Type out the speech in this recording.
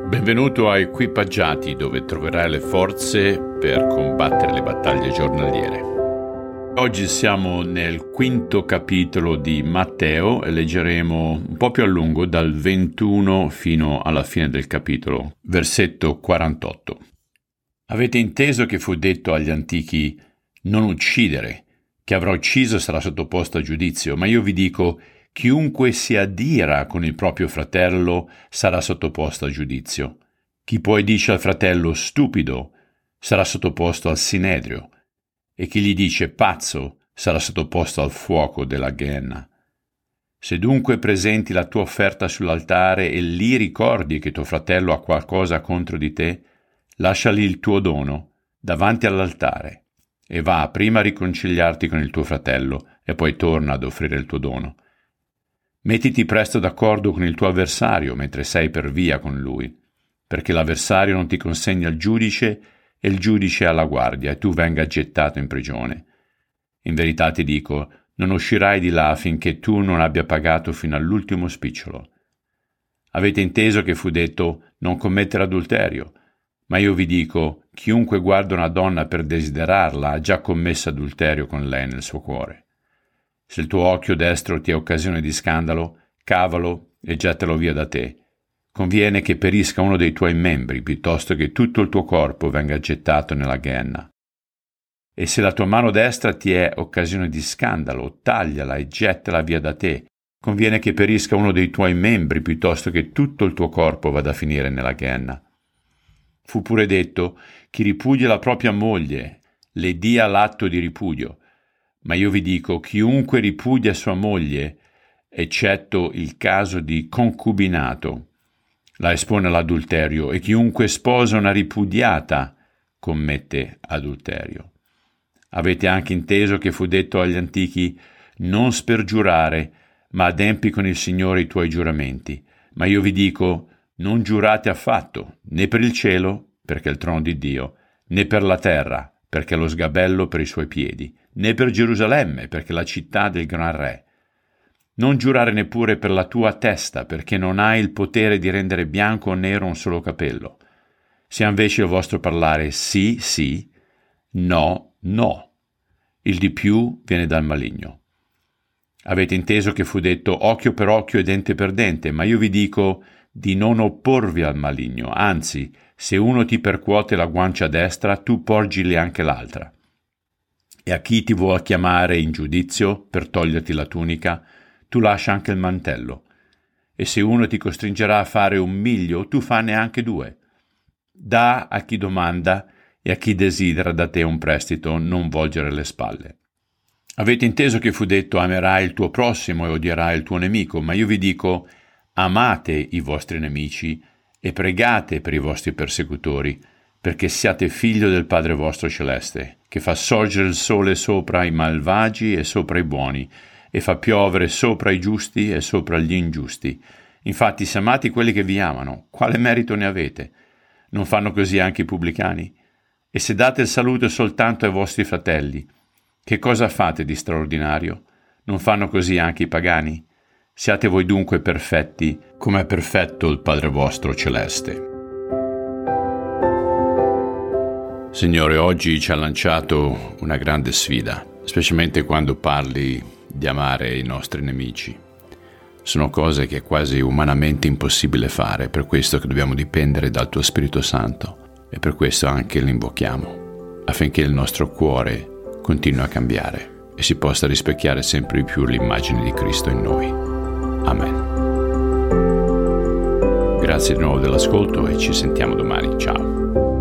Benvenuto a Equipaggiati, dove troverai le forze per combattere le battaglie giornaliere. Oggi siamo nel quinto capitolo di Matteo e leggeremo un po' più a lungo dal 21 fino alla fine del capitolo, versetto 48. Avete inteso che fu detto agli antichi: non uccidere, chi avrà ucciso sarà sottoposto a giudizio, ma io vi dico: chiunque si adira con il proprio fratello sarà sottoposto a giudizio. Chi poi dice al fratello stupido sarà sottoposto al sinedrio, e chi gli dice pazzo sarà sottoposto al fuoco della Gehenna. Se dunque presenti la tua offerta sull'altare e lì ricordi che tuo fratello ha qualcosa contro di te, lasciali il tuo dono davanti all'altare e va prima a riconciliarti con il tuo fratello e poi torna ad offrire il tuo dono. Mettiti presto d'accordo con il tuo avversario mentre sei per via con lui, perché l'avversario non ti consegni al giudice e il giudice alla guardia e tu venga gettato in prigione. In verità ti dico, non uscirai di là finché tu non abbia pagato fino all'ultimo spicciolo. Avete inteso che fu detto non commettere adulterio, ma io vi dico, chiunque guarda una donna per desiderarla ha già commesso adulterio con lei nel suo cuore. Se il tuo occhio destro ti è occasione di scandalo, cavalo e gettalo via da te. Conviene che perisca uno dei tuoi membri, piuttosto che tutto il tuo corpo venga gettato nella Gehenna. E se la tua mano destra ti è occasione di scandalo, tagliala e gettala via da te. Conviene che perisca uno dei tuoi membri, piuttosto che tutto il tuo corpo vada a finire nella Gehenna. Fu pure detto, chi ripudia la propria moglie, le dia l'atto di ripudio. Ma io vi dico, chiunque ripudia sua moglie, eccetto il caso di concubinato, la espone all'adulterio, e chiunque sposa una ripudiata commette adulterio. Avete anche inteso che fu detto agli antichi, non spergiurare, ma adempi con il Signore i tuoi giuramenti. Ma io vi dico, non giurate affatto, né per il cielo, perché è il trono di Dio, né per la terra, perché è lo sgabello per i suoi piedi, né per Gerusalemme, perché è la città del gran re. Non giurare neppure per la tua testa, perché non hai il potere di rendere bianco o nero un solo capello. Sia invece il vostro parlare sì, sì, no, no. Il di più viene dal maligno. Avete inteso che fu detto occhio per occhio e dente per dente, ma io vi dico di non opporvi al maligno, anzi, se uno ti percuote la guancia destra, tu porgili anche l'altra. E a chi ti vuol chiamare in giudizio per toglierti la tunica, tu lascia anche il mantello. E se uno ti costringerà a fare 1 miglio, tu fanne anche 2. Dà a chi domanda e a chi desidera da te un prestito, non volgere le spalle. Avete inteso che fu detto amerai il tuo prossimo e odierai il tuo nemico, ma io vi dico amate i vostri nemici e pregate per i vostri persecutori, perché siate figlio del Padre vostro celeste, che fa sorgere il sole sopra i malvagi e sopra i buoni, e fa piovere sopra i giusti e sopra gli ingiusti. Infatti, se amate quelli che vi amano, quale merito ne avete? Non fanno così anche i pubblicani? E se date il saluto soltanto ai vostri fratelli, che cosa fate di straordinario? Non fanno così anche i pagani? Siate voi dunque perfetti, come è perfetto il Padre vostro celeste. Signore, oggi ci ha lanciato una grande sfida, specialmente quando parli di amare i nostri nemici. Sono cose che è quasi umanamente impossibile fare, per questo che dobbiamo dipendere dal tuo Spirito Santo e per questo anche l'invochiamo, affinché il nostro cuore continui a cambiare e si possa rispecchiare sempre di più l'immagine di Cristo in noi. Amen. Grazie di nuovo dell'ascolto e ci sentiamo domani. Ciao.